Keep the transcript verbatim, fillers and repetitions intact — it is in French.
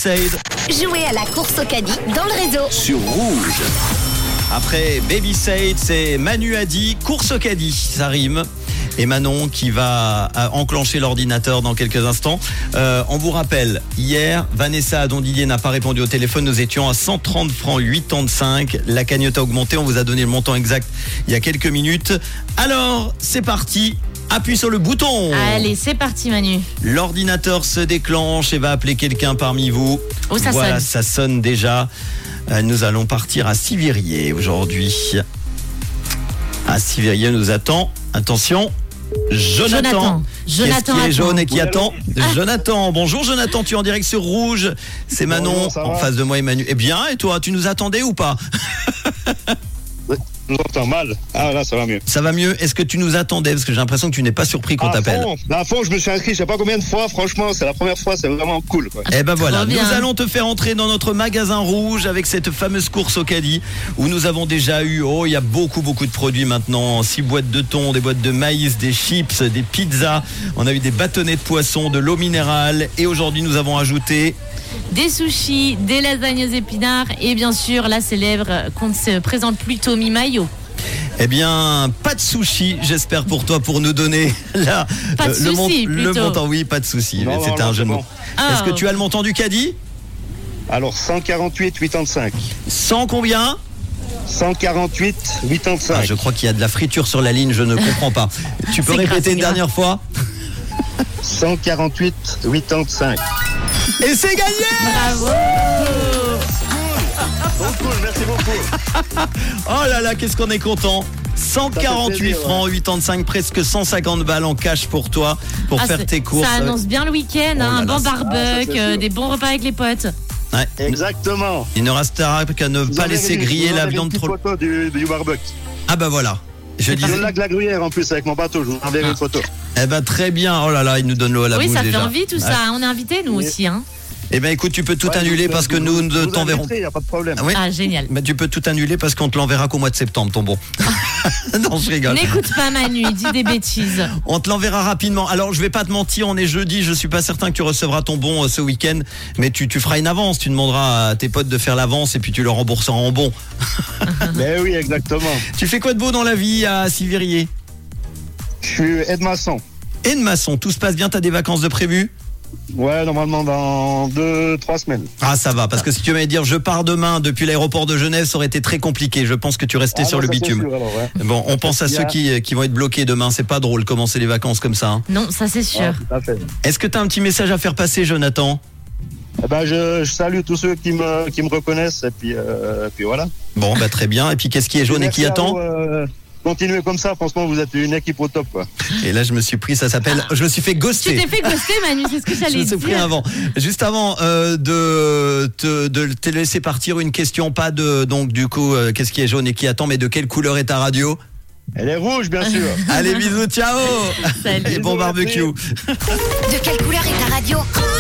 Sade. Jouez à la course au caddie dans le réseau. Sur Rouge. Après Baby Sade, c'est Manu a dit course au caddie, ça rime. Et Manon qui va enclencher l'ordinateur dans quelques instants. Euh, on vous rappelle, hier, Vanessa Adondidier n'a pas répondu au téléphone. Nous étions à cent trente francs quatre-vingt-cinq. La cagnotte a augmenté. On vous a donné le montant exact il y a quelques minutes. Alors, c'est parti. Appuie sur le bouton. Allez, c'est parti Manu. L'ordinateur se déclenche et va appeler quelqu'un parmi vous. Oh, ça voilà, sonne. ça sonne déjà. Euh, nous allons partir à Sivirier aujourd'hui. À Sivirier nous attend. Attention. Jonathan. Jonathan. Qui est-ce Jonathan qui est attend. jaune et qui Oui, attend Jonathan. Bonjour Jonathan, tu es en direct sur Rouge. C'est Manon Bonjour, ça en va face de moi, Emmanuel. Eh bien, et toi, tu nous attendais ou pas? Je vous entends mal. Ah là, ça va mieux. Ça va mieux. Est-ce que tu nous attendais? Parce que j'ai l'impression que tu n'es pas surpris qu'on À t'appelle. fond, à fond, je me suis inscrit, je sais pas combien de fois. Franchement, c'est la première fois, c'est vraiment cool, quoi. Eh ben voilà, Trop bien. nous allons te faire entrer dans notre magasin Rouge avec cette fameuse course au caddie où nous avons déjà eu, oh, il y a beaucoup beaucoup de produits maintenant, six boîtes de thon, des boîtes de maïs, des chips, des pizzas, on a eu des bâtonnets de poisson, de l'eau minérale et aujourd'hui nous avons ajouté Des sushis, des lasagnes aux épinards et bien sûr la célèbre qu'on ne se présente plus Tommy Mayo. eh bien, pas de sushi, j'espère pour toi, pour nous donner là Pas de le, mon- souci, le plutôt. montant. Oui, pas de souci, Non, c'était non, un non, jeu de c'est mots. bon. Ah. Est-ce que tu as le montant du caddie? Alors, cent quarante-huit quatre-vingt-cinq. cent combien? cent quarante-huit quatre-vingt-cinq. Ah, je crois qu'il y a de la friture sur la ligne, je ne comprends pas. Tu peux C'est grave, répéter c'est une grave. dernière fois? cent quarante-huit quatre-vingt-cinq. Et c'est gagné! Bravo. Bon, cool, merci beaucoup. Oh là là, qu'est-ce qu'on est content. cent quarante-huit plaisir, francs quatre-vingt-cinq, presque cent cinquante balles en cash pour toi, pour Ah, faire c'est- tes courses. Ça annonce bien le week-end, Oh hein, là un là, bon ça- Ah, ça, barbecue, c'est euh, sûr. des bons repas avec les potes. Ouais. Exactement. Il ne restera qu'à ne Vous pas enverrez laisser une- griller vous la enverrez viande une petite trop. photo du, du barbecue. Ah bah voilà. Je C'est disais. Dans le lac de la Gruyère en plus avec mon bateau, je vous enverrai une photo. Eh ben très bien. Oh là là, il nous donne l'eau à la Oui, bouche ça déjà. fait envie tout ça. On est invités nous Oui. aussi. Hein. Eh ben écoute, tu peux tout Ouais, annuler vous- parce que vous- nous ne vous t'enverrons. inviterez, y a pas de problème. Ah oui. Ah, génial. Mais tu peux tout annuler parce qu'on te l'enverra qu'au mois de septembre, ton bon. Non, je rigole. N'écoute pas Manu, il dit des bêtises. On te l'enverra rapidement. Alors, je vais pas te mentir, on est jeudi, je suis pas certain que tu recevras ton bon euh, ce week-end, mais tu, tu feras une avance, tu demanderas à tes potes de faire l'avance et puis tu le rembourseras en bon. Mais oui, exactement. Tu fais quoi de beau dans la vie à Sivirier? Je suis aide-maçon. Et de maçon, tout se passe bien, t'as des vacances de prévues? Ouais, normalement dans deux, trois semaines. Ah, ça va, parce que si tu m'allais dire je pars demain depuis l'aéroport de Genève, ça aurait été très compliqué. Je pense que tu restais Ah, sur non, le ça, c'est bitume. sûr, alors, ouais. Bon, on pense à Il y a- ceux qui, qui vont être bloqués demain. C'est pas drôle commencer les vacances comme ça. hein. Non, ça c'est sûr. Ah, tout à fait. Est-ce que t'as un petit message à faire passer, Jonathan? Eh ben, je, je salue tous ceux qui me, qui me reconnaissent et puis, euh, puis voilà. Bon, bah très bien. Et puis qu'est-ce qui est jaune et Merci qui à attend? vous, euh, continuez comme ça, franchement, vous êtes une équipe au top, quoi. Et là, je me suis pris, ça s'appelle, je me suis fait Tu ghoster. t'es fait ghoster Manu, c'est ce que Je j'allais me dire. suis pris avant. Juste avant euh, de, te, de te laisser partir, une question, pas de, donc du coup, euh, qu'est-ce qui est jaune et qui attend, mais de quelle couleur est ta radio? Elle est rouge, bien sûr. Allez, bisous, ciao. Salut. Et bon Bisous, barbecue. merci. De quelle couleur est ta radio?